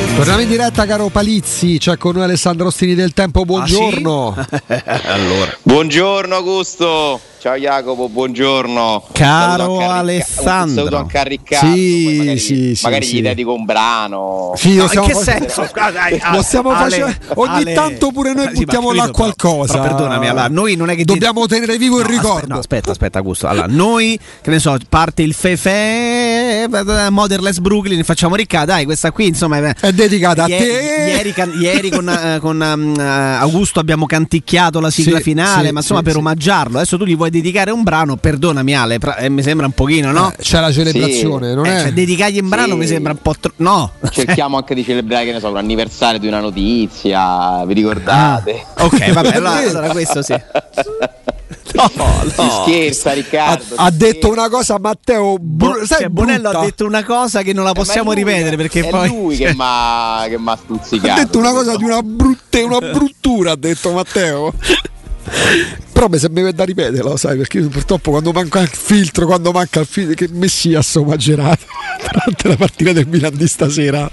Torniamo in diretta, caro Palizzi, c'è con noi Alessandro Ostini del Tempo, buongiorno. Allora. Buongiorno Augusto, ciao Jacopo, buongiorno. Caro Alessandro. Un saluto anche a Riccardo, magari gli dedico un brano. Sì, no, in che senso? Lo stiamo facendo, ogni tanto pure noi buttiamo là qualcosa. Però perdonami, allora, noi non è che dobbiamo tenere vivo il ricordo. Aspetta Augusto, allora noi, che ne so, parte il Fefe Motherless Brooklyn, facciamo Riccardo, dai, questa qui insomma è dedicata a te. Ieri con Augusto abbiamo canticchiato la sigla finale, ma insomma per omaggiarlo. Adesso tu gli vuoi dedicare un brano, perdonami Ale, mi sembra un pochino, no? C'è la celebrazione, non è? Cioè, dedicargli un brano mi sembra un po' no. Cerchiamo anche di celebrare, che ne so, un anniversario di una notizia, vi ricordate? Ok, vabbè, allora questo sì. No. Si scherza, Riccardo. Ha detto una cosa Matteo. Bonello ha detto una cosa che non la possiamo ripetere perché è poi lui che m'ha stuzzicato. Ha detto una cosa di una bruttura, ha detto Matteo. Però mi sembra da ripeterlo, sai, perché io purtroppo quando manca il filtro, che Messias omagerato durante la partita del Milan di stasera.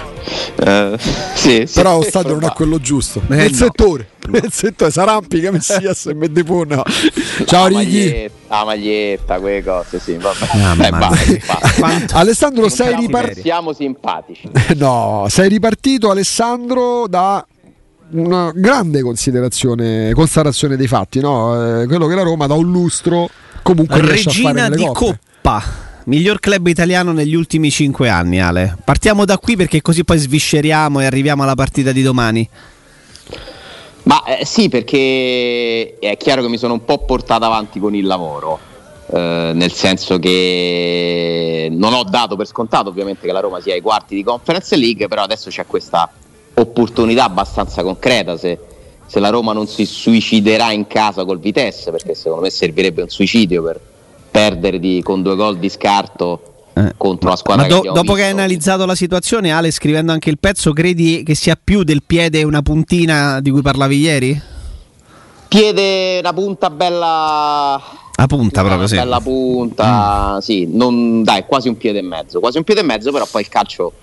Sì, però lo stadio non è quello giusto nel settore Sarampica, Messias e Medepona. Ciao Righi. La maglietta, quelle cose, sì, vabbè. Alessandro, sei ripartito? Siamo simpatici. No, sei ripartito Alessandro da una grande constatazione dei fatti, no? Quello che la Roma da un lustro comunque riesce a fare nelle di coppe. Coppa. Miglior club italiano negli ultimi 5 anni, Ale. Partiamo da qui perché così poi svisceriamo e arriviamo alla partita di domani. Ma sì, perché è chiaro che mi sono un po' portato avanti con il lavoro, nel senso che non ho dato per scontato ovviamente che la Roma sia ai quarti di Conference League, però adesso c'è questa opportunità abbastanza concreta se la Roma non si suiciderà in casa col Vitesse, perché secondo me servirebbe un suicidio per perdere con 2 gol di scarto contro la squadra che abbiamo dopo visto. che hai analizzato la situazione, Ale, scrivendo anche il pezzo, credi che sia più del piede e una puntina di cui parlavi ieri? Piede, una punta bella, a punta proprio, sì. Bella punta, sì, dai, quasi un piede e mezzo, però poi il calcio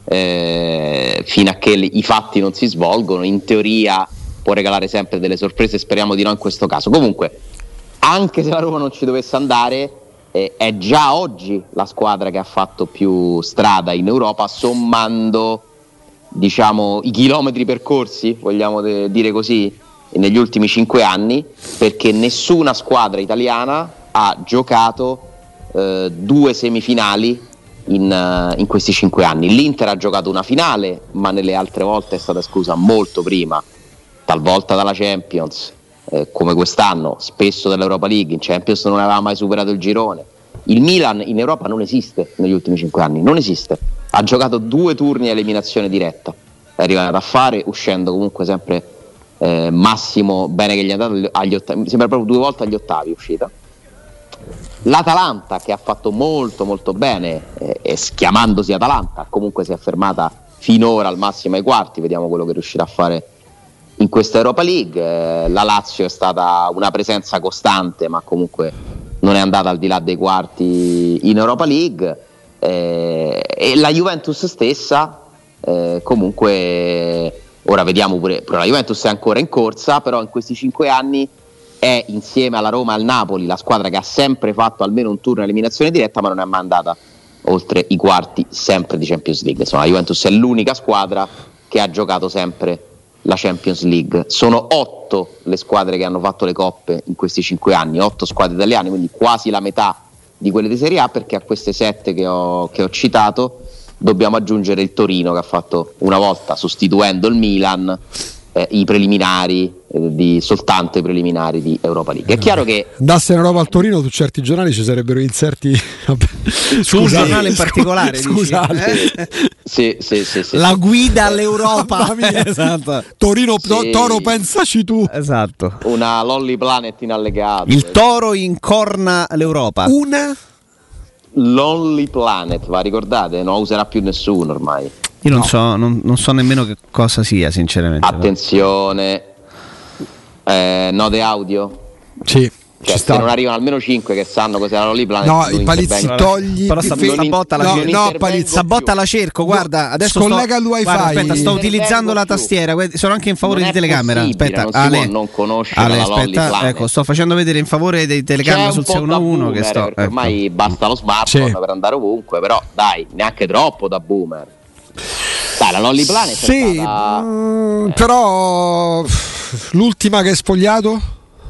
fino a che i fatti non si svolgono in teoria può regalare sempre delle sorprese, speriamo di no in questo caso. Comunque, anche se la Roma non ci dovesse andare, è già oggi la squadra che ha fatto più strada in Europa, sommando, diciamo, i chilometri percorsi, vogliamo dire così, negli ultimi 5 anni, perché nessuna squadra italiana ha giocato 2 semifinali in questi 5 anni. L'Inter ha giocato una finale, ma nelle altre volte è stata esclusa molto prima, talvolta dalla Champions, come quest'anno, spesso dall'Europa League. In Champions non aveva mai superato il girone. Il Milan in Europa non esiste negli ultimi 5 anni, non esiste. Ha giocato 2 turni a eliminazione diretta, è arrivato a fare, uscendo comunque sempre massimo, bene che gli è andato agli ottavi, mi sembra proprio 2 volte agli ottavi uscita. L'Atalanta, che ha fatto molto molto bene, chiamandosi Atalanta, comunque si è fermata finora al massimo ai quarti, vediamo quello che riuscirà a fare in questa Europa League. La Lazio è stata una presenza costante, ma comunque non è andata al di là dei quarti in Europa League, e la Juventus stessa comunque ora vediamo pure la Juventus è ancora in corsa, però in questi 5 anni è, insieme alla Roma e al Napoli, la squadra che ha sempre fatto almeno un turno a eliminazione diretta, ma non è mai andata oltre i quarti sempre di Champions League. Insomma, la Juventus è l'unica squadra che ha giocato sempre la Champions League. Sono 8 le squadre che hanno fatto le coppe in questi 5 anni, 8 squadre italiane, quindi quasi la metà di quelle di Serie A, perché a queste 7 che ho citato dobbiamo aggiungere il Torino, che ha fatto una volta, sostituendo il Milan, i preliminari soltanto i preliminari di Europa League. È chiaro che andasse in Europa al Torino, su certi giornali ci sarebbero inserti su un giornale in particolare, scusate. Sì. La guida all'Europa. Esatto. Torino, sì. Toro, pensaci tu. Esatto. Una Lonely Planet in allegato. Il Toro incorna l'Europa. Una Lonely Planet, va, ricordate? Non la userà più nessuno ormai. Io non so nemmeno che cosa sia, sinceramente. Attenzione, note audio. Sì. Cioè, se non arrivano almeno 5 che sanno cos'è la Lonely Planet, no, il Palizzi togli. Però Sabotta la cerco, guarda, adesso collega il wifi. Guarda, aspetta, sto utilizzando la tastiera, sono anche in favore di telecamera. Aspetta, non conoscere la Lonely Planet. Ecco, sto facendo vedere in favore dei telecamera sul 611 che sto. Ecco. Ormai basta lo smartphone per andare ovunque, però dai, neanche troppo da boomer. Dai, la Lonely Planet sì, è stata... però l'ultima che hai sfogliato?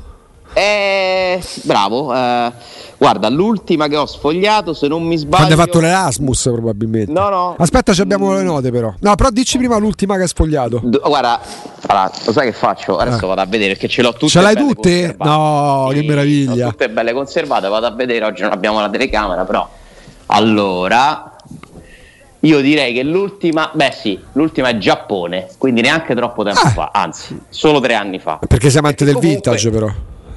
Bravo, guarda, l'ultima che ho sfogliato, se non mi sbaglio, quando hai fatto l'Erasmus probabilmente. No. Aspetta, abbiamo le note però. No, però dici prima l'ultima che hai sfogliato. Guarda, allora, lo sai che faccio? Adesso vado a vedere perché ce l'ho tutte. Ce l'hai tutte? No, sì, che meraviglia. Sono tutte belle conservate, vado a vedere, oggi non abbiamo la telecamera, però. Allora, io direi che l'ultima è Giappone, quindi neanche troppo tempo fa, anzi, solo 3 anni fa. Perché sei amante del vintage però.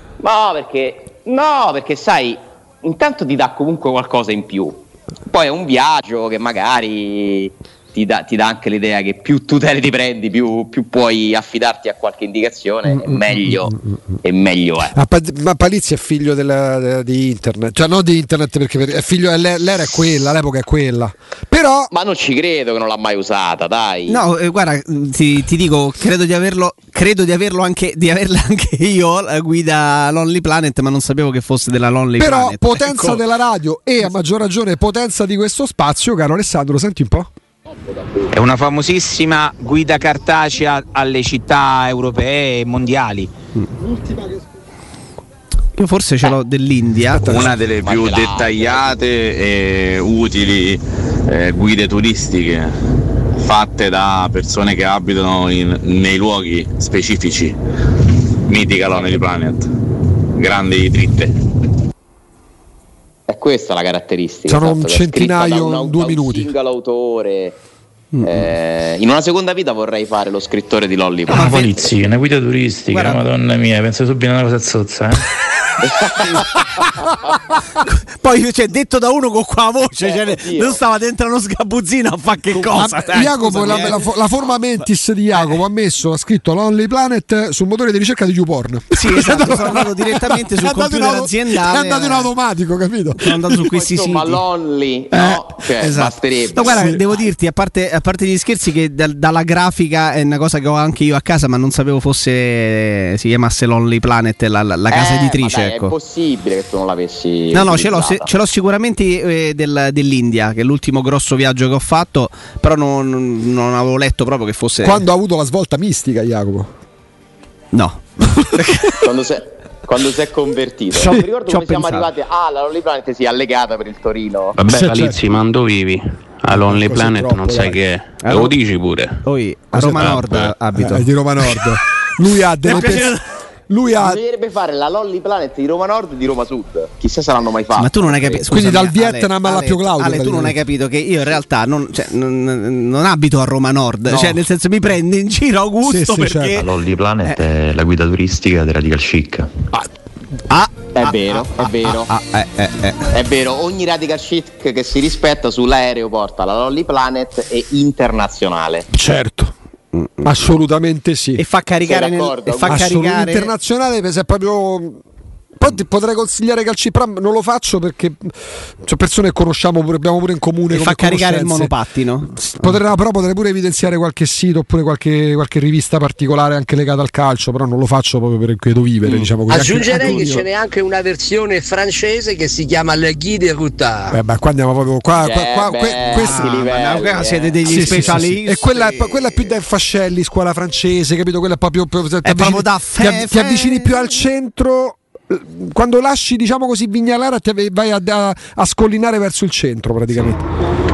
No, perché sai, intanto ti dà comunque qualcosa in più. Poi è un viaggio che magari ti dà anche l'idea che più tu te ne ti prendi, più puoi affidarti a qualche indicazione, e meglio è. Ma Palizzi è figlio di internet, cioè non di internet, perché è figlio, l'era è quella, l'epoca è quella. Però ma non ci credo che non l'ha mai usata, dai. No, guarda, ti dico, credo di averla anche io, la guida Lonely Planet, ma non sapevo che fosse della Lonely Planet. Però potenza della radio e a maggior ragione potenza di questo spazio, caro Alessandro, senti un po'. È una famosissima guida cartacea alle città europee e mondiali. Io forse ce l'ho dell'India. Una delle più dettagliate e utili guide turistiche fatte da persone che abitano nei luoghi specifici. Mitica Lonely Planet, grandi dritte. È questa la caratteristica. Sono un centinaio in 2 minuti. Un singolo autore. In una seconda vita vorrei fare lo scrittore di Lonely Planet. Palizzi, una guida turistica, guarda. Madonna mia, penso subito a una cosa zozza, Poi detto da uno con qua voce, non stava dentro uno sgabuzzino a fare che cosa. Jacopo, la forma mentis di Jacopo ha scritto Lonely Planet sul motore di ricerca di YouPorn. Sì, esatto, sono andato direttamente sul computer aziendale. È andato in automatico, capito? Sono andato su questi siti. Ma Lonely, no? Cioè, esatto. Basterebbe. No, guarda, devo dirti, a parte gli scherzi, che dalla grafica è una cosa che ho anche io a casa, ma non sapevo si chiamasse Lonely Planet la casa editrice. Ecco. È possibile che tu non l'avessi. No, ce l'ho sicuramente dell'India, che è l'ultimo grosso viaggio che ho fatto, però non avevo letto proprio che fosse. Quando ha avuto la svolta mistica, Jacopo? No. Quando si è convertito. Non mi ricordo come siamo arrivati. La Lonely Planet si è allegata per il Torino. Vabbè, Palizzi, ma dove vivi? A Lonely Planet troppo, non sai che è. Lo dici pure. Poi a Roma Nord abito. È di Roma Nord. Lui ha delle bisognerebbe fare la Lonely Planet di Roma Nord e di Roma Sud. Chissà se l'hanno mai fatto. Ma tu non hai capito. Quindi dal Vietnam alla Pio Claudio. Ale, tu non hai capito che io in realtà non abito a Roma Nord, no. Cioè nel senso mi prende in giro Augusto, perché certo. La Lonely Planet è la guida turistica di Radical Chic. È vero. È vero, ogni Radical Chic che si rispetta sull'aereo porta la Lonely Planet e internazionale. Certo. Assolutamente sì. E fa caricare internazionale, se è proprio. Poi ti potrei consigliare Calci, però non lo faccio perché c'è persone che conosciamo pure, abbiamo pure in comune. E fa caricare il monopattino. Potrei pure evidenziare qualche sito oppure qualche rivista particolare anche legata al calcio, però non lo faccio proprio per il quieto vivere. Diciamo così. Aggiungerei che ce n'è anche una versione francese che si chiama Le Guide Routard. Qua andiamo proprio. Qua siete degli specialisti. E quella è più da fascelli, scuola francese, capito? Quella è proprio ti avvicini più al centro. Quando lasci, diciamo così, Vignalara, vai a scollinare verso il centro praticamente.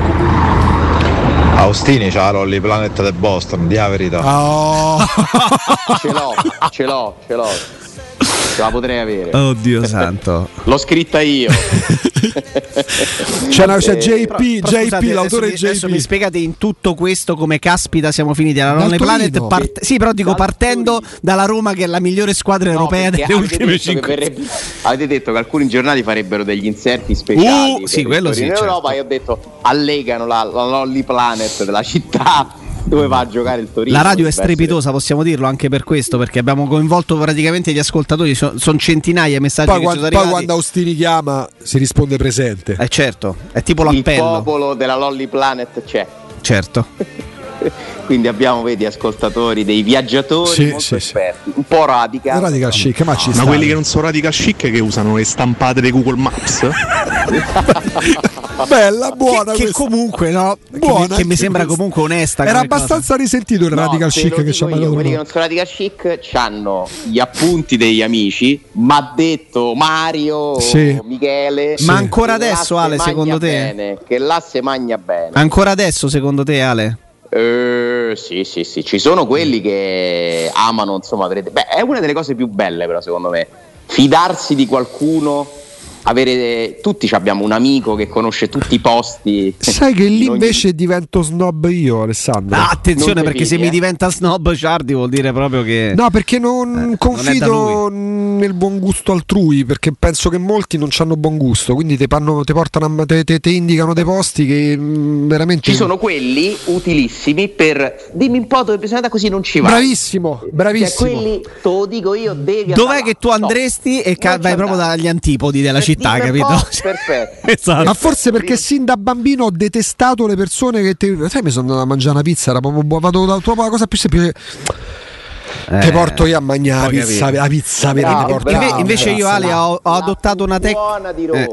Austini c'ha la Lonely Planet del Boston, di la verità. Ce l'ho. Ce la potrei avere. Oddio santo. L'ho scritta io. C'è JP, l'autore JP. Adesso mi spiegate in tutto questo come caspita siamo finiti alla Lonely Planet. Sì, però dico partendo dalla Roma, che è la migliore squadra europea delle ultime 5. Avete detto che alcuni giornali farebbero degli inserti speciali. Sì, quello sì. In Europa, certo. Io ho detto allegano la Lonely Planet della città dove va a giocare il Torino. La radio è strepitosa, possiamo dirlo, anche per questo, perché abbiamo coinvolto praticamente gli ascoltatori, sono centinaia di messaggi poi, che ci sono arrivati. Poi quando Austini chiama si risponde presente. Certo, è tipo l'appello. Il popolo della Lolly Planet c'è. Certo. Quindi abbiamo, vedi, ascoltatori, dei viaggiatori molto esperti, un po' radical chic, ma quelli che non sono radical chic che usano le stampate dei Google Maps. Bella, buona che comunque no, buona, che mi sembra comunque onesta. Era abbastanza risentito il radical chic che ci ha mandato. Quelli che non sono radical chic hanno gli appunti degli amici, ma ha detto Mario, Michele. Ma ancora adesso, Ale, secondo te? Bene, che l'asse magna bene. Ancora adesso, secondo te, Ale? Sì, ci sono quelli che amano, insomma, è una delle cose più belle, però, secondo me, fidarsi di qualcuno. Tutti abbiamo un amico che conosce tutti i posti. Sai che lì invece divento snob io, Alessandro. Attenzione, perché se mi diventa snob Ciardi vuol dire proprio che no, perché non confido nel buon gusto altrui, perché penso che molti non hanno buon gusto, quindi te indicano dei posti che veramente ci sono quelli utilissimi per dimmi un po' dove bisogna andare, così non ci vai. Bravissimo. Cioè, quelli te lo dico io, devi dov'è che tu andresti e vai proprio dagli antipodi della città, capito? Perfetto. Esatto. Ma forse perché sin da bambino ho detestato le persone che sai, mi sono andato a mangiare una pizza, era proprio vado da la cosa più semplice. Ti porto io a mangiare la pizza vera. Invece io, Ale, ho adottato una tecnica di Roma.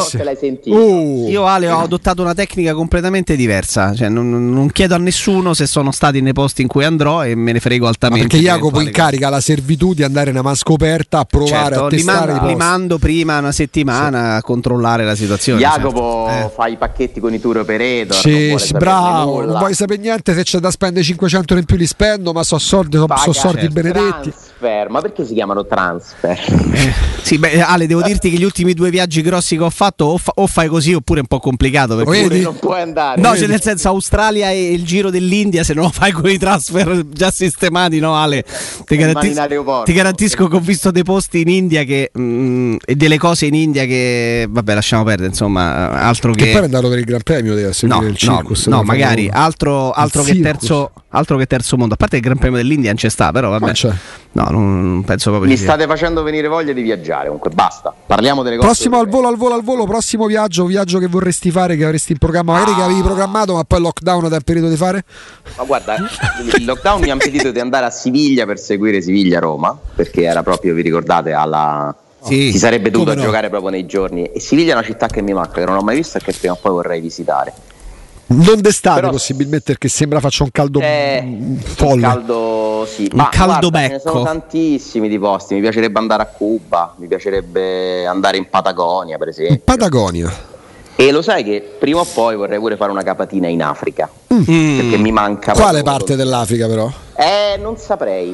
Io, Ale, ho adottato una tecnica completamente diversa. Cioè, non chiedo a nessuno se sono stati nei posti in cui andrò e me ne frego altamente. Ma perché Jacopo incarica la servitù di andare in una mascoperta a provare a testare i posti. Li mando prima una settimana a controllare la situazione. Jacopo fa i pacchetti con i tour operator. Sì, bravo. Non vuoi sapere niente, se c'è da spendere 500 in più li spendo, ma so soldi benedetti. Transfer, ma perché si chiamano transfer? Sì, beh, Ale, devo dirti che gli ultimi 2 viaggi grossi che ho fatto o fai così oppure è un po' complicato, perché non puoi andare. No, cioè nel senso, Australia e il giro dell'India, se non lo fai con i transfer già sistemati, no, Ale? Ti garantisco che ho visto dei posti in India che e delle cose in India che vabbè, lasciamo perdere, insomma, altro che poi è andato per il Gran Premio, deve seguire il circus. No, magari altro che terzo mondo, a parte il Gran Premio dell'India non c'è sta, però vabbè. No, non penso proprio. Mi state facendo venire voglia di viaggiare. Comunque basta. Parliamo delle cose. Prossimo al volo. Prossimo viaggio che vorresti fare, che avresti in programma, magari che avevi programmato, ma poi il lockdown ti ha impedito di fare? Ma guarda, il lockdown mi ha impedito di andare a Siviglia per seguire Siviglia-Roma, perché era proprio, vi ricordate, si sarebbe dovuto giocare proprio nei giorni. E Siviglia è una città che mi manca, che non ho mai visto e che prima o poi vorrei visitare. Non d'estate, però, possibilmente, perché sembra faccia un caldo folle. Un caldo, sì. Un caldo becco. Ce ne sono tantissimi di posti. Mi piacerebbe andare a Cuba, mi piacerebbe andare in Patagonia, per esempio. In Patagonia. E lo sai che prima o poi vorrei pure fare una capatina in Africa. Perché mi manca. Quale parte dell'Africa, però? Non saprei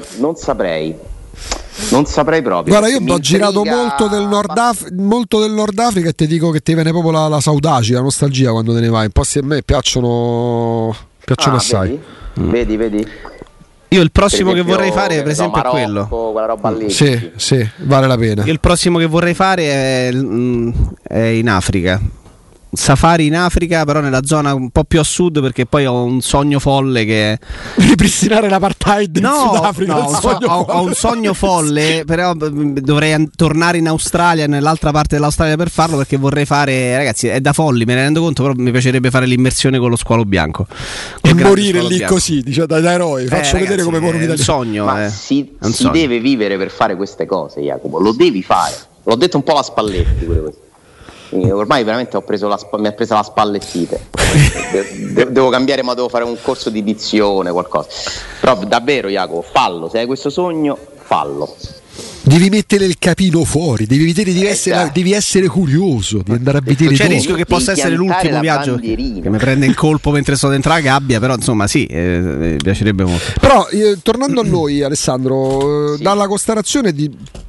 proprio. Guarda, io ho girato molto del Nord Africa e ti dico che ti viene proprio la saudade, la nostalgia quando te ne vai. Posti a me piacciono assai. Vedi? Io il prossimo che vorrei fare, per esempio, Marocco, è quello. Quella roba lì. Sì, vale la pena. Io il prossimo che vorrei fare è in Africa. Safari in Africa, però nella zona un po' più a sud, perché poi ho un sogno folle che ripristinare l'apartheid in Sudafrica. Ho un sogno folle, però dovrei tornare in Australia, nell'altra parte dell'Australia, per farlo, perché vorrei fare, ragazzi, è da folli, me ne rendo conto, però mi piacerebbe fare l'immersione con lo squalo bianco e morire lì bianco. Così, dice, da eroe. Faccio vedere come muore un sogno. Ma si deve vivere per fare queste cose, Jacopo, lo devi fare. L'ho detto un po' a Spalletti pure questo. Ormai veramente mi ha preso la spallettite. Devo cambiare, ma devo fare un corso di dizione, qualcosa. Però davvero, Jacopo, fallo. Se hai questo sogno, fallo. Devi mettere il capino fuori, devi essere curioso di andare a vedere. C'è il rischio che possa essere l'ultimo viaggio che mi prende in colpo mentre sto dentro la gabbia, però insomma sì, mi piacerebbe molto. Però tornando a noi, Alessandro, dalla constatazione di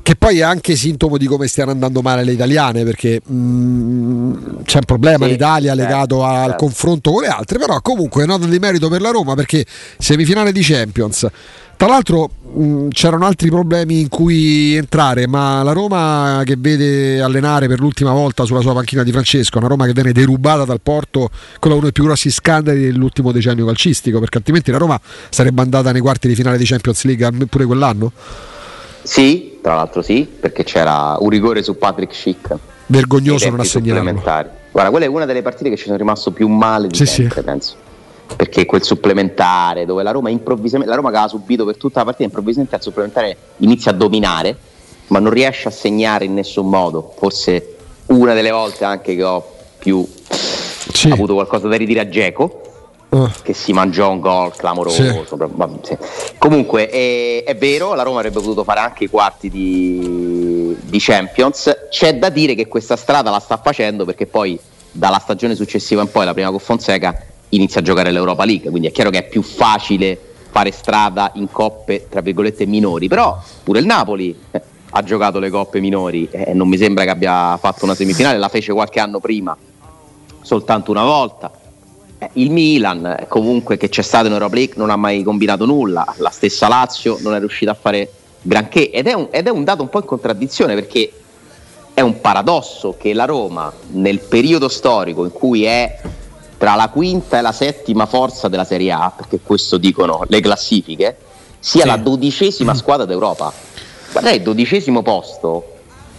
che poi è anche sintomo di come stiano andando male le italiane, perché c'è un problema in Italia legato al confronto con le altre, però comunque è nota di merito per la Roma, perché semifinale di Champions. Tra l'altro c'erano altri problemi in cui entrare, ma la Roma che vede allenare per l'ultima volta sulla sua panchina Di Francesco, una Roma che viene derubata dal Porto, quello è uno dei più grossi scandali dell'ultimo decennio calcistico, perché altrimenti la Roma sarebbe andata nei quarti di finale di Champions League pure quell'anno. Sì, tra l'altro sì, perché c'era un rigore su Patrick Schick vergognoso non assegnarlo. Guarda, quella è una delle partite che ci sono rimasto più male di sempre, penso, perché quel supplementare dove la Roma improvvisamente, la Roma che aveva subito per tutta la partita, improvvisamente al supplementare inizia a dominare, ma non riesce a segnare in nessun modo. Forse una delle volte anche che ho più avuto qualcosa da ridire a Dzeko, che si mangiò un gol clamoroso. Sì. Comunque è vero, la Roma avrebbe potuto fare anche i quarti di Champions. C'è da dire che questa strada la sta facendo, perché poi dalla stagione successiva in poi, la prima con Fonseca, inizia a giocare l'Europa League, quindi è chiaro che è più facile fare strada in coppe tra virgolette minori, però pure il Napoli ha giocato le coppe minori e non mi sembra che abbia fatto una semifinale, la fece qualche anno prima soltanto una volta. Il Milan comunque, che c'è stato in Europa League, non ha mai combinato nulla, la stessa Lazio non è riuscita a fare granché, ed è un dato un po' in contraddizione, perché è un paradosso che la Roma, nel periodo storico in cui è tra la quinta e la settima forza della Serie A, perché questo dicono le classifiche, sia la 12ª squadra d'Europa. Guarda, il 12° posto,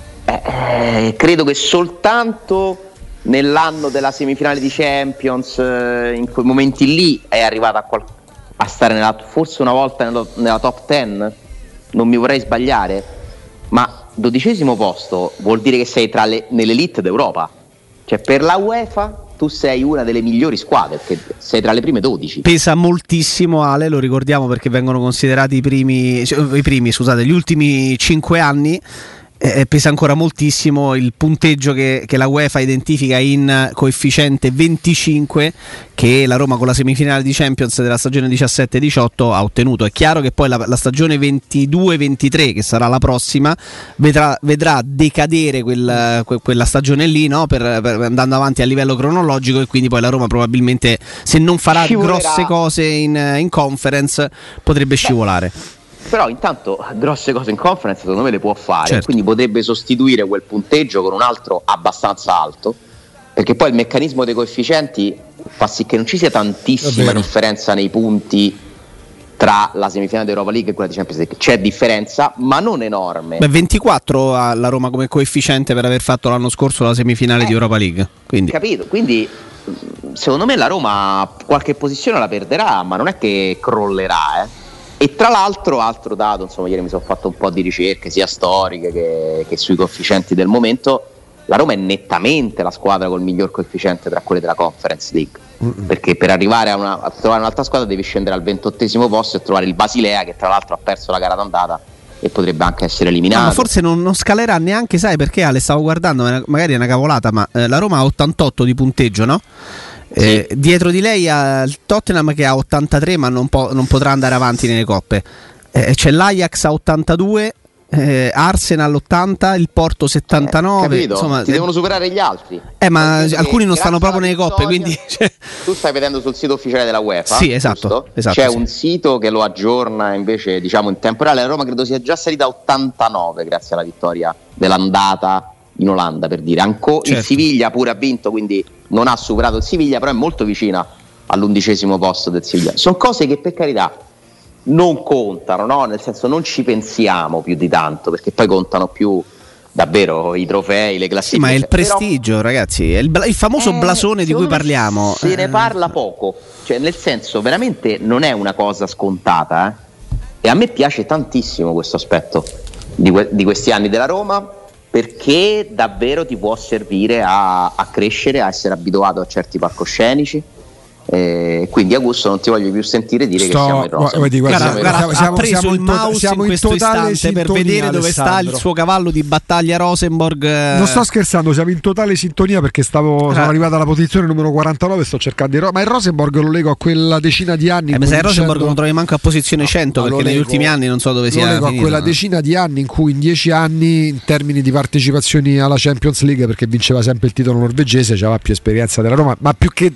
credo che soltanto nell'anno della semifinale di Champions, in quei momenti lì, è arrivata a stare forse una volta nella top 10, non mi vorrei sbagliare, ma 12° posto vuol dire che sei nell'elite d'Europa, cioè per la UEFA tu sei una delle migliori squadre, perché sei tra le prime 12. Pesa moltissimo, Ale, lo ricordiamo, perché vengono considerati gli ultimi 5 anni. Pesa ancora moltissimo il punteggio che la UEFA identifica in coefficiente 25, che la Roma con la semifinale di Champions della stagione 17-18 ha ottenuto. È chiaro che poi la stagione 22-23, che sarà la prossima, vedrà decadere quella stagione lì, no? per andando avanti a livello cronologico, e quindi poi la Roma probabilmente, se non farà grosse cose in conference, potrebbe scivolare. Però intanto grosse cose in conference secondo me le può fare, quindi potrebbe sostituire quel punteggio con un altro abbastanza alto, perché poi il meccanismo dei coefficienti fa sì che non ci sia tantissima differenza nei punti tra la semifinale di Europa League e quella di Champions League. C'è differenza, ma non enorme. 24 ha la Roma come coefficiente per aver fatto l'anno scorso la semifinale di Europa League, quindi. Capito, quindi secondo me la Roma qualche posizione la perderà, ma non è che crollerà, E tra l'altro, altro dato, insomma, ieri mi sono fatto un po' di ricerche sia storiche che sui coefficienti del momento. La Roma è nettamente la squadra col miglior coefficiente tra quelle della Conference League, perché per arrivare a trovare un'altra squadra devi scendere al 28° posto e trovare il Basilea, che tra l'altro ha perso la gara d'andata e potrebbe anche essere eliminato. Ma forse non scalerà neanche, sai perché, Ale? Stavo guardando, magari è una cavolata, ma la Roma ha 88 di punteggio, no? Sì. Dietro di lei ha il Tottenham che ha 83, ma non potrà andare avanti nelle coppe. C'è l'Ajax a 82, Arsenal 80, il Porto 79. Insomma, ti devono superare gli altri. Ma alcuni non stanno proprio nelle coppe, quindi tu stai vedendo sul sito ufficiale della UEFA. Sì, esatto. C'è un sito che lo aggiorna invece, diciamo, in tempo reale. La Roma credo sia già salita a 89 grazie alla vittoria dell'andata in Olanda, per dire. Il Siviglia pure ha vinto, quindi non ha superato il Siviglia, però è molto vicina all'11° posto del Siviglia. Sono cose che, per carità, non contano, no? Nel senso, non ci pensiamo più di tanto, perché poi contano più davvero i trofei, le classifiche. Sì, ma è il prestigio, però, ragazzi, è il famoso blasone di cui parliamo. Se ne parla poco, cioè, nel senso, veramente non è una cosa scontata, e a me piace tantissimo questo aspetto di questi anni della Roma, perché davvero ti può servire a crescere, a essere abituato a certi palcoscenici, Quindi Augusto non ti voglio più sentire dire che siamo in rosa. Ha preso il mouse in questo istante per vedere dove sta il suo cavallo di battaglia Rosenborg. Non sto scherzando, siamo in totale sintonia perché sono arrivato alla posizione numero 49, sto cercando ma il Rosenborg lo leggo a quella decina di anni. Ma se il Rosenborg non trovi manco a posizione 100 perché negli ultimi anni non so dove sia finito. Lo leggo a quella decina di anni in cui in 10 anni in termini di partecipazioni alla Champions League, perché vinceva sempre il titolo norvegese, c'aveva più esperienza della Roma, ma più che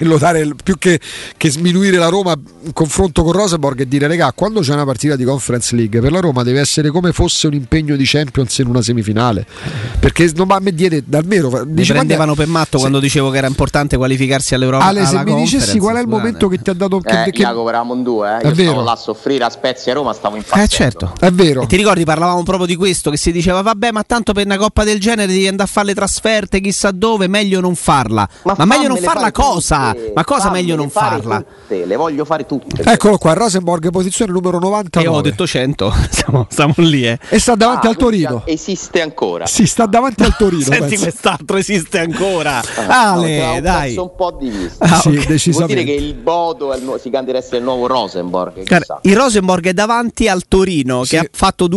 sminuire la Roma in confronto con Rosenborg e dire regà, quando c'è una partita di Conference League per la Roma deve essere come fosse un impegno di Champions in una semifinale, perché non va a me dire davvero mi prendevano per matto quando dicevo che era importante qualificarsi all'Europa. Ale, se mi dicessi qual è il momento che ti ha dato Jacopo, eravamo in due, io stavo là a soffrire a Spezia e Roma, stavo impazzendo. Certo, è vero. E ti ricordi parlavamo proprio di questo, che si diceva vabbè, ma tanto per una coppa del genere devi andare a fare le trasferte chissà dove, meglio non farla. Ma meglio non farla cosa? Ma cosa meglio non farla? Le voglio fare tutte. Eccolo qua, Rosenborg posizione numero 99. Io ho detto 100, stiamo lì. E sta davanti al Torino. Esiste ancora. Sì, sta davanti al Torino. Senti, quest'altro esiste ancora. Ale, dai. Un po' di vista. Sì, decisamente. Vuol dire che il Bodo si candida a essere il nuovo Rosenborg. Il Rosenborg è davanti al Torino, che ha fatto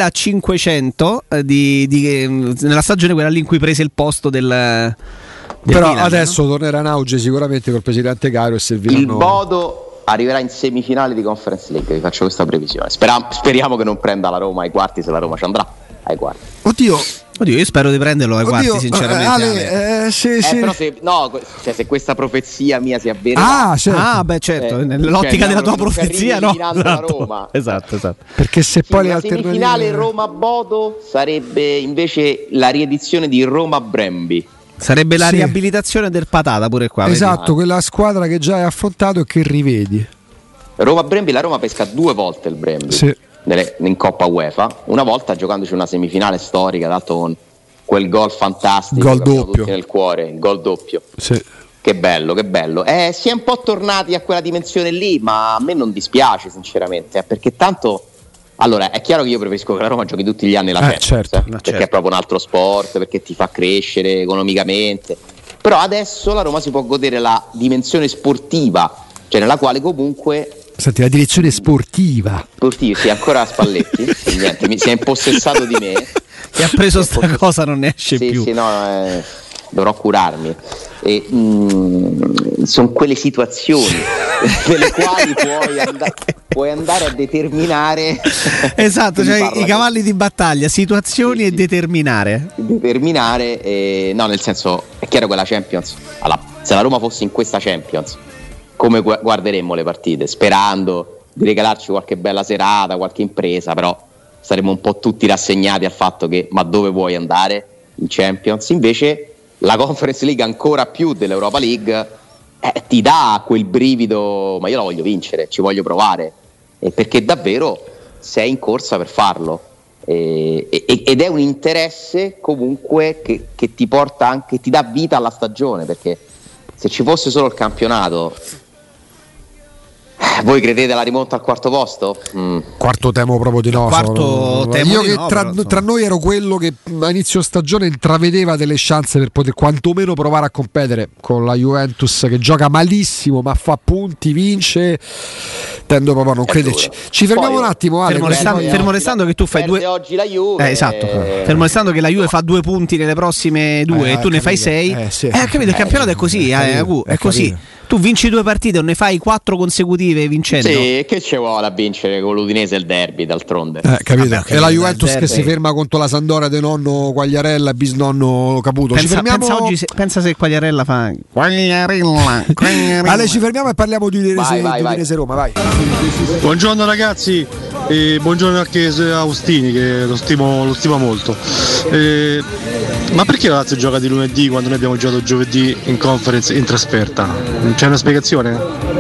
2500 nella stagione quella lì in cui prese il posto del però Milan, adesso tornerà in auge sicuramente col presidente Cairo e serviranno. Il Bodo arriverà in semifinale di Conference League, vi faccio questa previsione. Speriamo che non prenda la Roma ai quarti, se la Roma ci andrà ai quarti. Oddio, io spero di prenderlo ai quarti, sinceramente. Però se questa profezia mia si avvera. Certo, nell'ottica della tua profezia, no? La Roma. Esatto. Perché se poi la semifinale Roma-Bodo sarebbe invece la riedizione di Roma-Bremby. Sarebbe la riabilitazione del Patata pure qua. Esatto, vedi? Quella squadra che già hai affrontato e che rivedi. Roma-Bremby, la Roma pesca 2 volte il Bremby in Coppa UEFA, una volta giocandoci una semifinale storica, dato con quel gol fantastico, gol doppio nel cuore, il gol doppio. Sì. Che bello. Si è un po' tornati a quella dimensione lì, ma a me non dispiace sinceramente, perché tanto... Allora, è chiaro che io preferisco che la Roma giochi tutti gli anni la Champions, perché è proprio un altro sport, perché ti fa crescere economicamente. Però adesso la Roma si può godere la dimensione sportiva, cioè nella quale comunque... Senti, la direzione sportiva. Sì, ancora Spalletti, niente, si è impossessato di me. Che ha preso sta cosa, non ne esce più. Dovrò curarmi. Sono quelle situazioni nelle quali puoi andare a determinare. Esatto, cioè i cavalli di battaglia, situazioni e determinare. No, nel senso, è chiaro che la Champions, se la Roma fosse in questa Champions, come guarderemmo le partite? Sperando di regalarci qualche bella serata, qualche impresa, però saremmo un po' tutti rassegnati al fatto che ma dove vuoi andare in Champions? Invece la Conference League, ancora più dell'Europa League, ti dà quel brivido, ma io la voglio vincere, ci voglio provare, perché davvero sei in corsa per farlo, ed è un interesse comunque che ti porta anche, ti dà vita alla stagione, perché se ci fosse solo il campionato, voi credete alla rimonta al quarto posto? Quarto temo proprio di no. Io che tra noi ero quello che a inizio stagione intravedeva delle chance per poter quantomeno provare a competere con la Juventus, che gioca malissimo ma fa punti, vince. Tendo proprio a non crederci. Ci fermiamo un attimo, Ale. Fermo restando che tu fai due oggi la Juve. Esatto. Fermo restando che la Juve fa 2 punti nelle prossime 2 e tu ne fai 6. Capito, il campionato è così, è così. Tu vinci 2 partite o ne fai 4 consecutive vincendo. Sì, che ci vuole a vincere con l'Udinese il derby, d'altronde. Capito? E la Juventus che si ferma contro la Sampdoria de nonno Quagliarella e bisnonno Caputo. Pensa se Quagliarella fa Quagliarella. Ale, ci fermiamo e parliamo di Udinese Roma, vai. Buongiorno ragazzi e buongiorno anche a Austini, che lo stima molto. Ma perché la Lazio gioca di lunedì quando noi abbiamo giocato giovedì in conference in trasferta? C'è una spiegazione?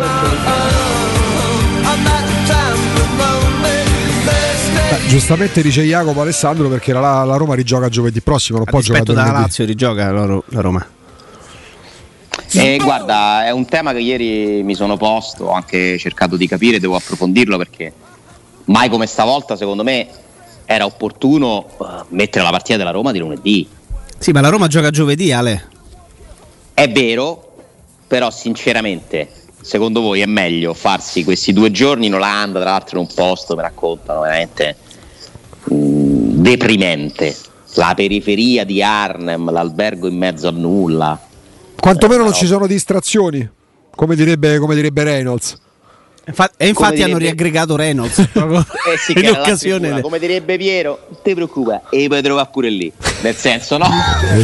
Giustamente dice Jacopo Alessandro, perché la Roma rigioca giovedì prossimo, non può giocare dalla Lazio rigioca la Roma. Guarda, è un tema che ieri mi sono posto, ho anche cercato di capire, devo approfondirlo, perché mai come stavolta secondo me era opportuno mettere la partita della Roma di lunedì. Sì, ma la Roma gioca giovedì, Ale. È vero, però sinceramente secondo voi è meglio farsi questi 2 giorni in Olanda, tra l'altro in un posto, mi raccontano, veramente deprimente, la periferia di Arnhem, l'albergo in mezzo a nulla, quantomeno non ci sono distrazioni, come direbbe Reynolds. E infatti hanno riaggregato Reynolds proprio in occasione. Come direbbe Piero, non ti preoccupa, e puoi trovare pure lì. Nel senso, no?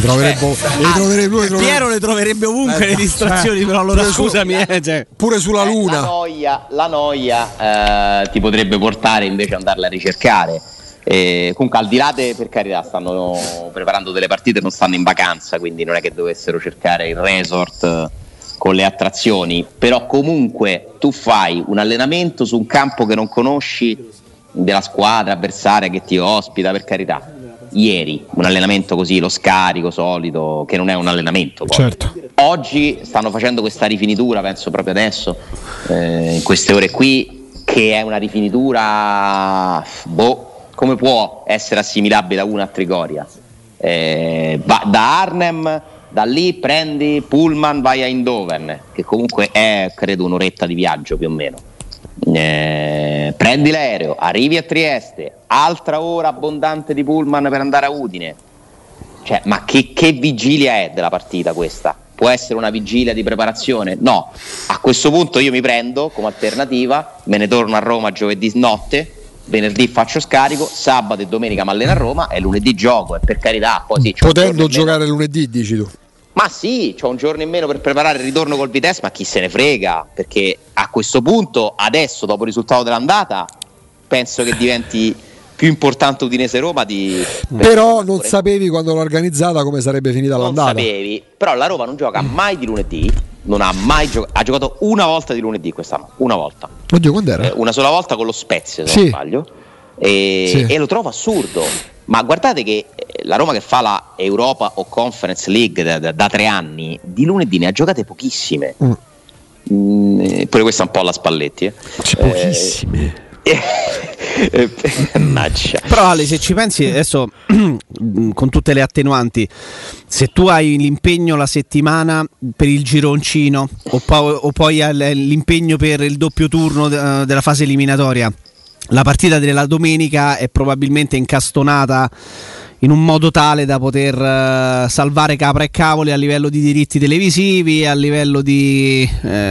Piero le troverebbe ovunque le distrazioni, però allora scusami, pure sulla Luna. La noia ti potrebbe portare invece ad andarla a ricercare. Comunque, al di là per carità, stanno preparando delle partite, non stanno in vacanza, quindi non è che dovessero cercare il resort con le attrazioni, però comunque tu fai un allenamento su un campo che non conosci, della squadra avversaria che ti ospita, per carità. Ieri un allenamento così, lo scarico solito, che non è un allenamento poi. Certo. Oggi stanno facendo questa rifinitura, penso proprio adesso, in queste ore qui, che è una rifinitura, come può essere assimilabile a una a Trigoria? Va da Arnhem, da lì prendi pullman, vai a Eindhoven, che comunque è credo un'oretta di viaggio più o meno, prendi l'aereo, arrivi a Trieste, altra ora abbondante di pullman per andare a Udine. Cioè, ma che vigilia è della partita questa? Può essere una vigilia di preparazione? No, a questo punto io mi prendo come alternativa, me ne torno a Roma giovedì notte, venerdì faccio scarico, sabato e domenica mi alleno a Roma e lunedì gioco, e per carità, poi sì, potendo giocare lunedì, dici tu? Ma sì, c'ho un giorno in meno per preparare il ritorno col Vitesse, ma chi se ne frega, perché a questo punto, adesso, dopo il risultato dell'andata, penso che diventi più importante Udinese-Roma Però non sapevi quando l'ho organizzata come sarebbe finita l'andata. Non sapevi, però la Roma non gioca mai di lunedì, non ha mai ha giocato una volta di lunedì quest'anno, una volta. Oddio, quando era? Una sola volta con lo Spezia, se non sbaglio, e lo trovo assurdo. Ma guardate che la Roma che fa la Europa o Conference League da 3 anni, di lunedì ne ha giocate pochissime. Pure questa è un po' alla Spalletti. Pochissime. Però Ale, se ci pensi adesso, con tutte le attenuanti, se tu hai l'impegno la settimana per il gironcino o poi l'impegno per il doppio turno della fase eliminatoria, la partita della domenica è probabilmente incastonata in un modo tale da poter salvare capra e cavoli a livello di diritti televisivi, a livello di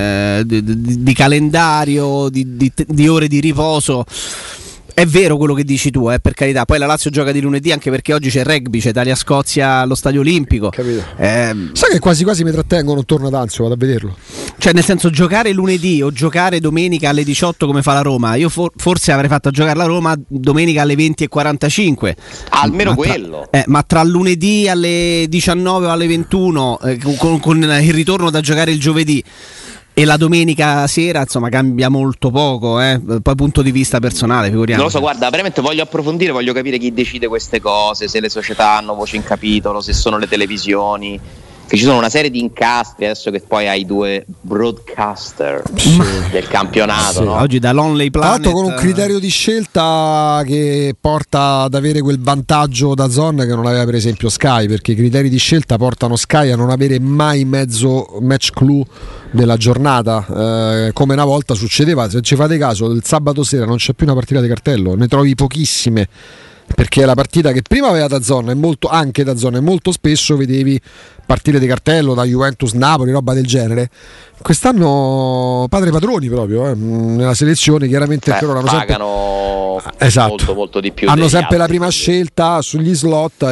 calendario, di ore di riposo. È vero quello che dici tu, per carità. Poi la Lazio gioca di lunedì anche perché oggi c'è rugby, c'è Italia-Scozia allo Stadio Olimpico. Capito. Sai che quasi quasi mi trattengono, torno ad Anzio, vado a vederlo. Cioè, nel senso, giocare lunedì o giocare domenica alle 18 come fa la Roma, io forse avrei fatto a giocare la Roma domenica alle 20:45. Almeno quello. Ma tra lunedì alle 19 o alle 21 con il ritorno da giocare il giovedì e la domenica sera, insomma, cambia molto poco, poi punto di vista personale, figuriamoci. Non lo so, guarda, veramente voglio approfondire, voglio capire chi decide queste cose, se le società hanno voce in capitolo, se sono le televisioni, che ci sono una serie di incastri adesso che poi hai 2 broadcaster del campionato, no? Oggi da Lonely Planet, tra l'altro con un criterio di scelta che porta ad avere quel vantaggio da zone che non aveva per esempio Sky, perché i criteri di scelta portano Sky a non avere mai mezzo match clou della giornata, come una volta succedeva. Se ci fate caso, il sabato sera non c'è più una partita di cartello, ne trovi pochissime, perché è la partita che prima aveva DAZN e molto spesso vedevi partite di cartello da Juventus Napoli, roba del genere. Quest'anno padre padroni proprio nella selezione, chiaramente loro hanno pagano sempre, molto di più, hanno sempre la prima scelta sugli slot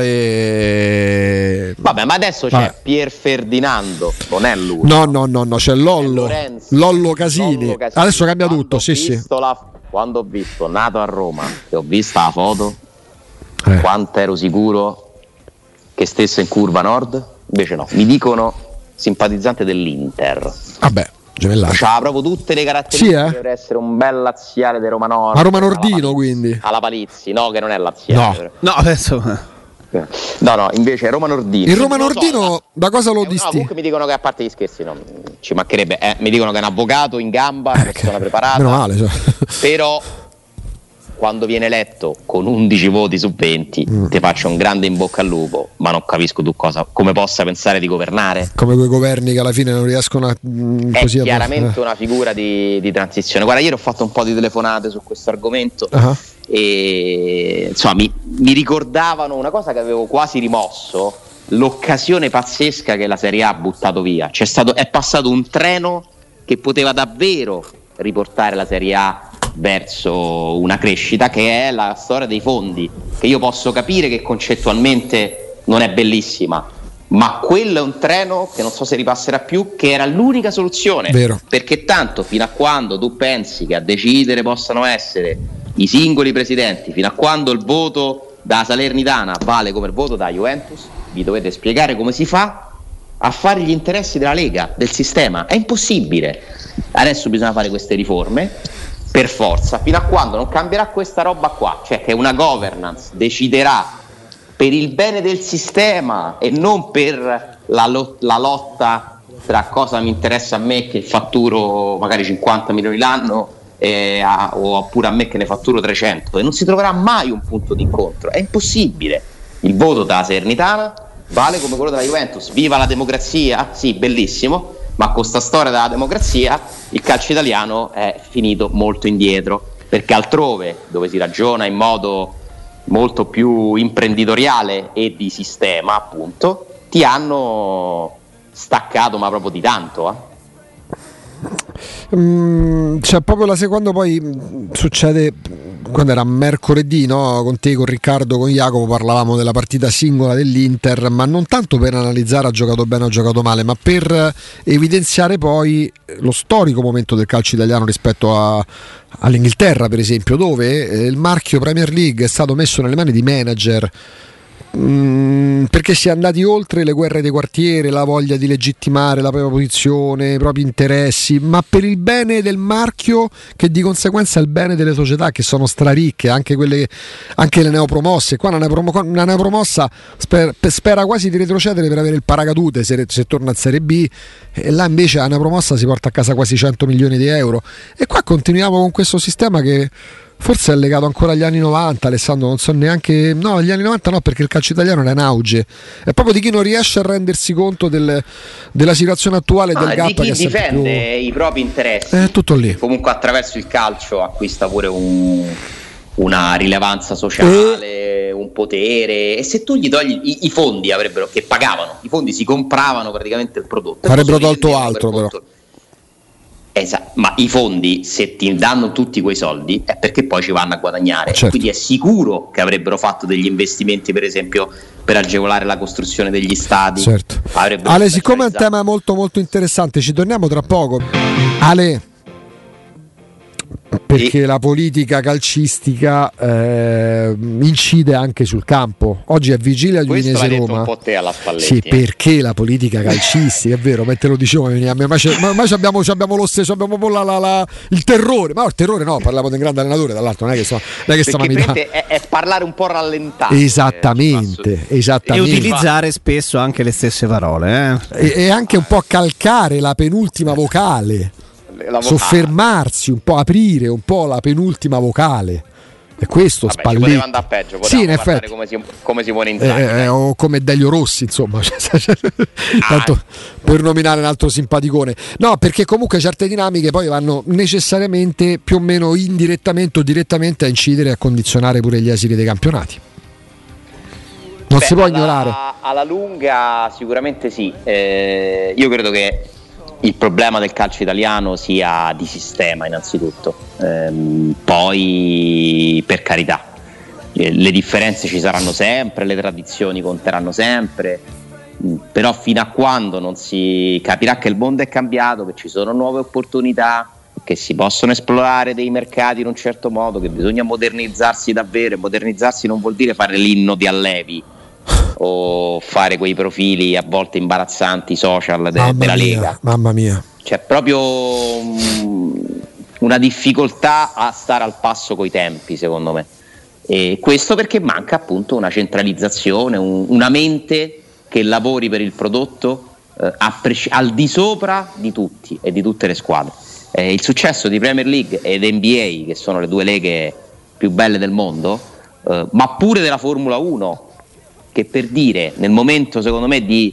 e vabbè, ma adesso c'è Pier Ferdinando, non è lui, no, c'è Lollo Casini. Adesso cambia tutto. Quando ho visto nato a Roma e ho visto la foto, quanto ero sicuro che stesse in curva nord, invece no, mi dicono simpatizzante dell'Inter. Vabbè, gemellato. C'ha proprio tutte le caratteristiche per essere un bel laziale di Roma Nord. Ma Roma Nordino, quindi? Alla Palizzi, no, che non è laziale. No, adesso No, invece Roma Nordino. Il Roma Nordino da cosa lo distingue? Comunque mi dicono che, a parte gli scherzi, non ci mancherebbe, mi dicono che è un avvocato in gamba, una persona preparata. Meno male, cioè. Però quando viene eletto con 11 voti su 20 ti faccio un grande in bocca al lupo, ma non capisco tu come possa pensare di governare. Come quei governi che alla fine non riescono è così chiaramente una figura di transizione. Guarda, ieri ho fatto un po' di telefonate su questo argomento e insomma mi ricordavano una cosa che avevo quasi rimosso, l'occasione pazzesca che la Serie A ha buttato via. È passato un treno che poteva davvero riportare la Serie A verso una crescita, che è la storia dei fondi, che io posso capire che concettualmente non è bellissima, ma quello è un treno che non so se ripasserà più, che era l'unica soluzione. Vero. Perché tanto fino a quando tu pensi che a decidere possano essere i singoli presidenti, fino a quando il voto da Salernitana vale come il voto da Juventus, vi dovete spiegare come si fa a fare gli interessi della Lega, del sistema. È impossibile. Adesso bisogna fare queste riforme per forza, fino a quando non cambierà questa roba qua, cioè che una governance deciderà per il bene del sistema e non per la lotta tra cosa mi interessa a me che fatturo magari 50 milioni l'anno oppure a me che ne fatturo 300, e non si troverà mai un punto d'incontro. È impossibile. Il voto della Salernitana vale come quello della Juventus. Viva la democrazia? Sì, bellissimo, ma con sta storia della democrazia il calcio italiano è finito molto indietro, perché altrove, dove si ragiona in modo molto più imprenditoriale e di sistema, appunto, ti hanno staccato, ma proprio di tanto. Cioè proprio la seconda, poi succede quando era mercoledì, no? Con te, con Riccardo, con Jacopo parlavamo della partita singola dell'Inter, ma non tanto per analizzare ha giocato bene o ha giocato male, ma per evidenziare poi lo storico momento del calcio italiano rispetto all'Inghilterra, per esempio, dove il marchio Premier League è stato messo nelle mani di manager perché si è andati oltre le guerre dei quartieri, la voglia di legittimare la propria posizione, i propri interessi, ma per il bene del marchio, che di conseguenza è il bene delle società che sono straricche, anche le neopromosse. Qua una neopromossa spera quasi di retrocedere per avere il paracadute se torna a Serie B, e là invece la neopromossa si porta a casa quasi 100 milioni di euro. E qua continuiamo con questo sistema che forse è legato ancora agli anni 90, Alessandro, non so neanche. No, agli anni 90 no, perché il calcio italiano era in auge. È proprio di chi non riesce a rendersi conto della situazione attuale, del gap, di chi che difende i propri interessi. È tutto lì. Comunque attraverso il calcio acquista pure una rilevanza sociale, un potere, e se tu gli togli i fondi che pagavano, i fondi si compravano praticamente il prodotto. Avrebbero tolto altro però. Esatto, ma i fondi, se ti danno tutti quei soldi, è perché poi ci vanno a guadagnare. Certo. Quindi è sicuro che avrebbero fatto degli investimenti, per esempio, per agevolare la costruzione degli stadi. Certo. Ale, siccome è un tema molto molto interessante, ci torniamo tra poco. Ale, perché la politica calcistica incide anche sul campo. Oggi è vigilia di Udinese Roma. Un po' te alla Spalletti. Sì, perché la politica calcistica, è vero, te lo dicevo, ma abbiamo lo stesso, abbiamo il terrore. Ma il terrore no, parliamo di un grande allenatore, dall'altro non è che stiamo è parlare un po' rallentato. Esattamente. E utilizzare spesso anche le stesse parole. E anche un po' calcare la penultima vocale. Soffermarsi un po', aprire un po' la penultima vocale. E questo Spalletti poteva andare peggio, sì, in effetti, come si vuole entrare, o come Delio Rossi, insomma, tanto per nominare un altro simpaticone. No, perché comunque certe dinamiche poi vanno necessariamente, più o meno indirettamente o direttamente, a incidere e a condizionare pure gli esiti dei campionati. Non si può ignorare. Alla lunga sicuramente sì. Io credo che il problema del calcio italiano sia di sistema innanzitutto, poi per carità le differenze ci saranno sempre, le tradizioni conteranno sempre, però fino a quando non si capirà che il mondo è cambiato, che ci sono nuove opportunità, che si possono esplorare dei mercati in un certo modo, che bisogna modernizzarsi davvero, e modernizzarsi non vuol dire fare l'inno di Allevi o fare quei profili a volte imbarazzanti social della Lega. Mamma mia, c'è proprio una difficoltà a stare al passo coi tempi, secondo me, e questo perché manca appunto una centralizzazione, una mente che lavori per il prodotto al di sopra di tutti e di tutte le squadre. Il successo di Premier League ed NBA, che sono le due leghe più belle del mondo, ma pure della Formula 1, che per dire nel momento secondo me di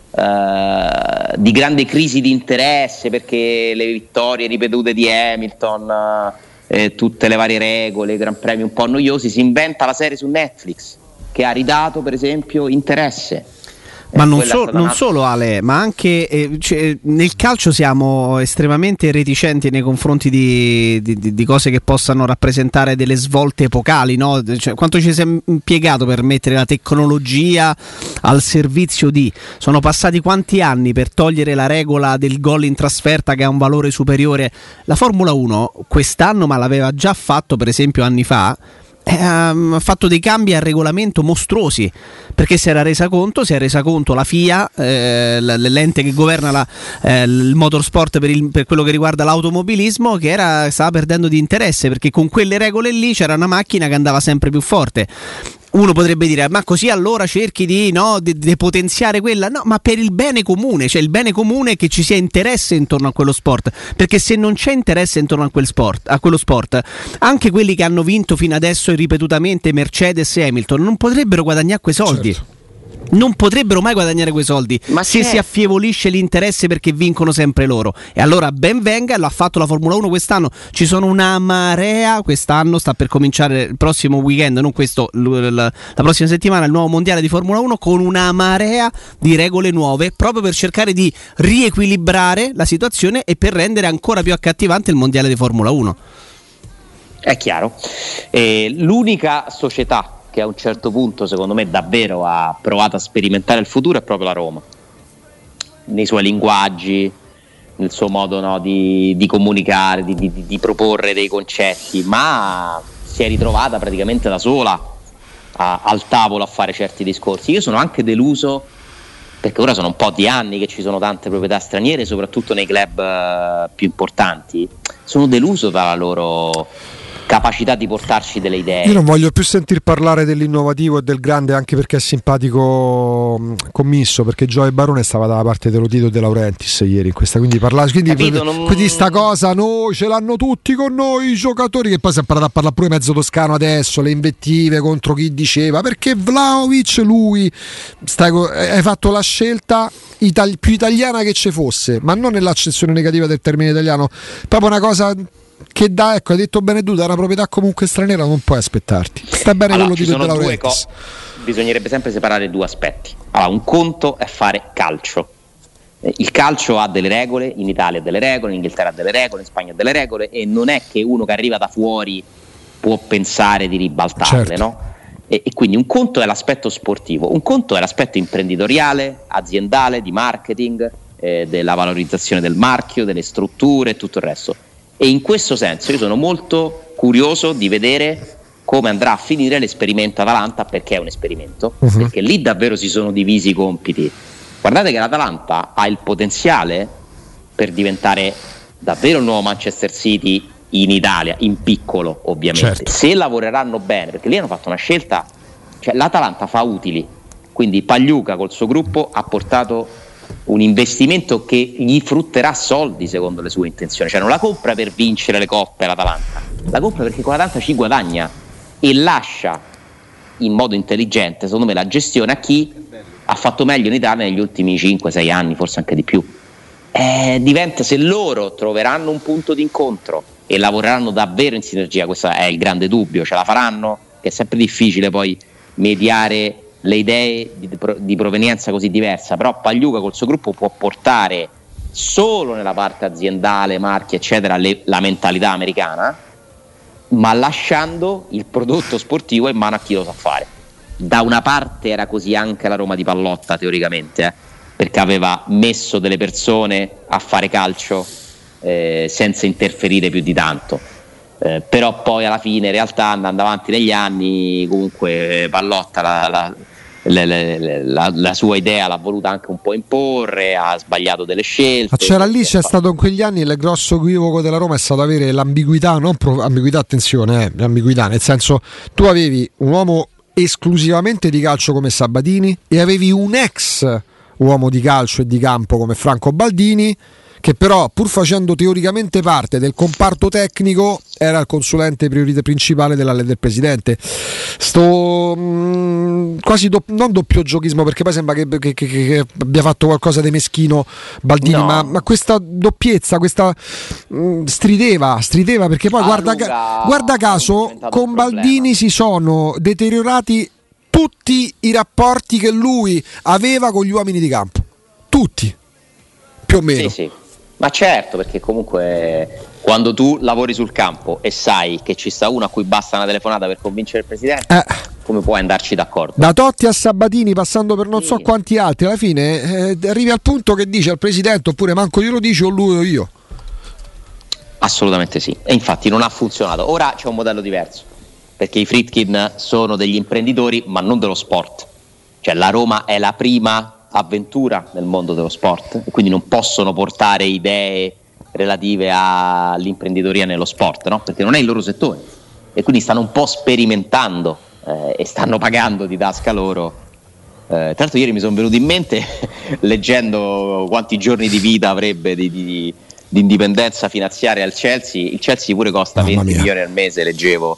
grande crisi di interesse, perché le vittorie ripetute di Hamilton, tutte le varie regole, i gran premi un po' noiosi, si inventa la serie su Netflix che ha ridato per esempio interesse. Ma non solo Ale, ma anche nel calcio siamo estremamente reticenti nei confronti di cose che possano rappresentare delle svolte epocali, no? Cioè, quanto ci si è impiegato per mettere la tecnologia al servizio di... Sono passati quanti anni per togliere la regola del gol in trasferta che ha un valore superiore? La Formula 1 quest'anno, ma l'aveva già fatto per esempio anni fa, ha fatto dei cambi al regolamento mostruosi, perché si era resa conto la FIA, l'ente che governa il motorsport per quello che riguarda l'automobilismo, che stava perdendo di interesse, perché con quelle regole lì c'era una macchina che andava sempre più forte. Uno potrebbe dire, ma così allora cerchi di depotenziare quella? No, ma per il bene comune, cioè il bene comune è che ci sia interesse intorno a quello sport, perché se non c'è interesse intorno a quello sport, anche quelli che hanno vinto fino adesso ripetutamente, Mercedes e Hamilton, non potrebbero guadagnare quei soldi. Certo. Non potrebbero mai guadagnare quei soldi, ma se si affievolisce l'interesse perché vincono sempre loro. E allora ben venga, l'ha fatto la Formula 1 quest'anno. Ci sono una marea, quest'anno sta per cominciare il prossimo weekend, non questo, la prossima settimana, il nuovo mondiale di Formula 1, con una marea di regole nuove, proprio per cercare di riequilibrare la situazione e per rendere ancora più accattivante il mondiale di Formula 1. È chiaro. L'unica società che a un certo punto secondo me davvero ha provato a sperimentare il futuro è proprio la Roma, nei suoi linguaggi, nel suo modo di comunicare, di proporre dei concetti, ma si è ritrovata praticamente da sola al tavolo a fare certi discorsi. Io sono anche deluso, perché ora sono un po' di anni che ci sono tante proprietà straniere, soprattutto nei club più importanti. Sono deluso dalla loro capacità di portarci delle idee. Io non voglio più sentir parlare dell'innovativo e del grande, anche perché è simpatico Commisso, perché Gioia Barone stava dalla parte dello Tito De Laurentiis ieri in questa, quindi quindi sta cosa, noi ce l'hanno tutti con noi i giocatori, che poi si è imparato a parlare pure mezzo toscano adesso, le invettive contro chi diceva perché Vlahovic, lui hai fatto la scelta più italiana che ci fosse, ma non nell'accezione negativa del termine italiano, proprio una cosa che hai detto bene tu, da una proprietà comunque straniera non puoi aspettarti. Sta bene quello di De Laurentiis. Bisognerebbe sempre separare due aspetti. Allora, un conto è fare calcio. Il calcio ha delle regole, in Italia ha delle regole, in Inghilterra ha delle regole, in Spagna ha delle regole, e non è che uno che arriva da fuori può pensare di ribaltarle, certo. No? E quindi un conto è l'aspetto sportivo, un conto è l'aspetto imprenditoriale, aziendale, di marketing, della valorizzazione del marchio, delle strutture e tutto il resto. E in questo senso io sono molto curioso di vedere come andrà a finire l'esperimento Atalanta, perché è un esperimento, perché lì davvero si sono divisi i compiti. Guardate che l'Atalanta ha il potenziale per diventare davvero il nuovo Manchester City in Italia, in piccolo ovviamente, certo. Se lavoreranno bene, perché lì hanno fatto una scelta, cioè l'Atalanta fa utili, quindi Pagliuca col suo gruppo ha portato un investimento che gli frutterà soldi secondo le sue intenzioni, cioè non la compra per vincere le coppe l'Atalanta, la compra perché con l'Atalanta ci guadagna e lascia in modo intelligente secondo me la gestione a chi ha fatto meglio in Italia negli ultimi 5-6 anni, forse anche di più. Diventa, se loro troveranno un punto di incontro e lavoreranno davvero in sinergia, questo è il grande dubbio, ce la faranno? Che è sempre difficile poi mediare le idee di provenienza così diversa, però Pagliuca col suo gruppo può portare solo nella parte aziendale, marchi eccetera, la mentalità americana, ma lasciando il prodotto sportivo in mano a chi lo sa fare. Da una parte era così anche la Roma di Pallotta teoricamente, perché aveva messo delle persone a fare calcio senza interferire più di tanto. Però poi alla fine in realtà, andando avanti negli anni, comunque Pallotta la sua idea l'ha voluta anche un po' imporre, ha sbagliato delle scelte. C'è stato in quegli anni il grosso equivoco della Roma è stato avere l'ambiguità, attenzione, l'ambiguità, nel senso, tu avevi un uomo esclusivamente di calcio come Sabatini e avevi un ex uomo di calcio e di campo come Franco Baldini, che però pur facendo teoricamente parte del comparto tecnico era il consulente principale del presidente. Quasi non doppio giochismo, perché poi sembra che abbia fatto qualcosa di meschino Baldini, no. ma questa doppiezza, questa strideva, perché poi guarda caso con Baldini si sono deteriorati tutti i rapporti che lui aveva con gli uomini di campo, tutti, più o meno. Sì. Ma certo, perché comunque quando tu lavori sul campo e sai che ci sta uno a cui basta una telefonata per convincere il presidente, come puoi andarci d'accordo? Da Totti a Sabatini, passando per non so quanti altri, alla fine arrivi al punto che dice al presidente, oppure manco glielo dici, o lui o io. Assolutamente sì, e infatti non ha funzionato. Ora c'è un modello diverso, perché i Friedkin sono degli imprenditori, ma non dello sport. Cioè la Roma è la prima avventura nel mondo dello sport e quindi non possono portare idee relative all'imprenditoria nello sport, no? Perché non è il loro settore, e quindi stanno un po' sperimentando e stanno pagando di tasca loro. Tra l'altro ieri mi sono venuto in mente leggendo quanti giorni di vita avrebbe di indipendenza finanziaria al Chelsea. Il Chelsea pure costa 20 milioni al mese, leggevo,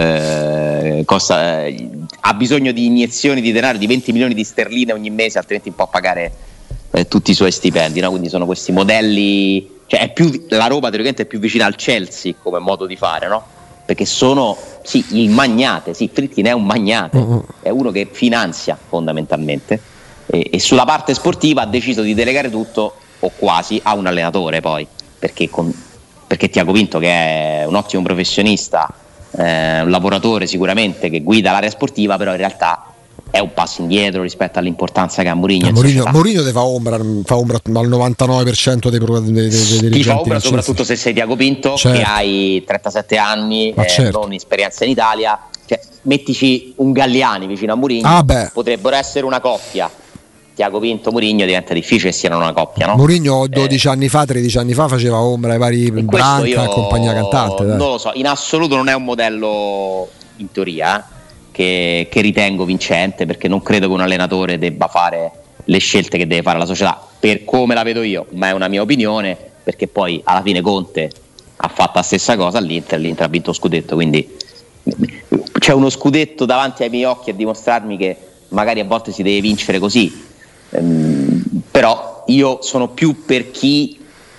ha bisogno di iniezioni di denaro di 20 milioni di sterline ogni mese, altrimenti può pagare tutti i suoi stipendi, no? Quindi sono questi modelli, cioè la Roma teoricamente è più vicina al Chelsea come modo di fare, no? Perché sono il magnate, Friedkin è un magnate, è uno che finanzia fondamentalmente e sulla parte sportiva ha deciso di delegare tutto o quasi a un allenatore, poi perché Tiago Pinto, che è un ottimo professionista, un lavoratore sicuramente che guida l'area sportiva, però in realtà è un passo indietro rispetto all'importanza che ha Mourinho. Mourinho ti fa ombra al 99% dei dirigenti. Ti fa ombra soprattutto se sei Tiago Pinto, certo, che hai 37 anni, certo, non esperienza in Italia. Cioè, mettici un Galliani vicino a Mourinho, potrebbero essere una coppia. Tiago Pinto, Mourinho, diventa difficile che siano una coppia, no? Mourinho 13 anni fa, 13 anni fa faceva ombra ai vari Branca e compagnia cantante. Non lo so, in assoluto non è un modello, in teoria, che ritengo vincente, perché non credo che un allenatore debba fare le scelte che deve fare la società, per come la vedo io, ma è una mia opinione, perché poi alla fine Conte ha fatto la stessa cosa all'Inter, l'Inter ha vinto lo scudetto, quindi c'è uno scudetto davanti ai miei occhi a dimostrarmi che magari a volte si deve vincere così. Però io sono più per chi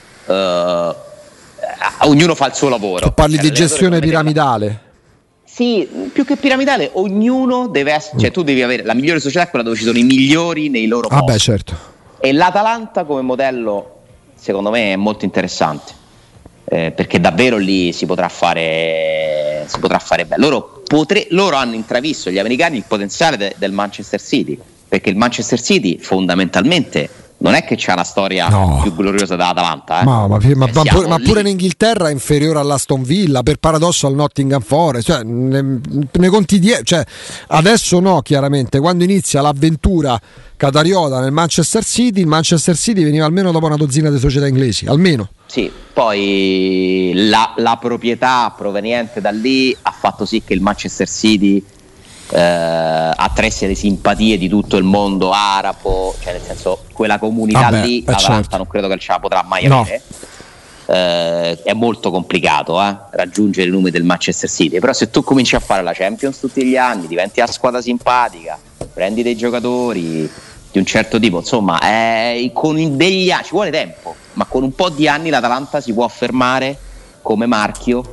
ognuno fa il suo lavoro. Tu parli di gestione piramidale? Sì, più che piramidale, ognuno deve essere, cioè tu devi avere la migliore società, quella dove ci sono i migliori nei loro posti. Certo. E l'Atalanta come modello secondo me è molto interessante, perché davvero lì si potrà fare bello. Loro hanno intravisto, gli americani, il potenziale del Manchester City, perché il Manchester City fondamentalmente non è che c'ha una storia più gloriosa dell'Atalanta, ma pure in Inghilterra è inferiore all'Aston Villa, per paradosso al Nottingham Forest, cioè ne conti cioè, adesso no, chiaramente quando inizia l'avventura catariota nel Manchester City, il Manchester City veniva almeno dopo una dozzina di società inglesi, almeno. Sì, poi la proprietà proveniente da lì ha fatto sì che il Manchester City attraesse le simpatie di tutto il mondo arabo, cioè nel senso quella comunità lì l'Atalanta certo, non credo che ce la potrà mai avere. È molto complicato raggiungere i numeri del Manchester City, però se tu cominci a fare la Champions tutti gli anni, diventi la squadra simpatica, prendi dei giocatori di un certo tipo, insomma con degli anni, ci vuole tempo, ma con un po' di anni l'Atalanta si può affermare come marchio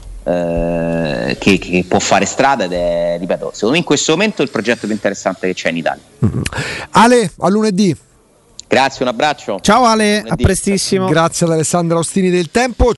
che può fare strada, ed è, ripeto, secondo me in questo momento è il progetto più interessante che c'è in Italia. Ale, a lunedì. Grazie, un abbraccio. Ciao Ale, a prestissimo. Grazie ad Alessandro Austini del Tempo.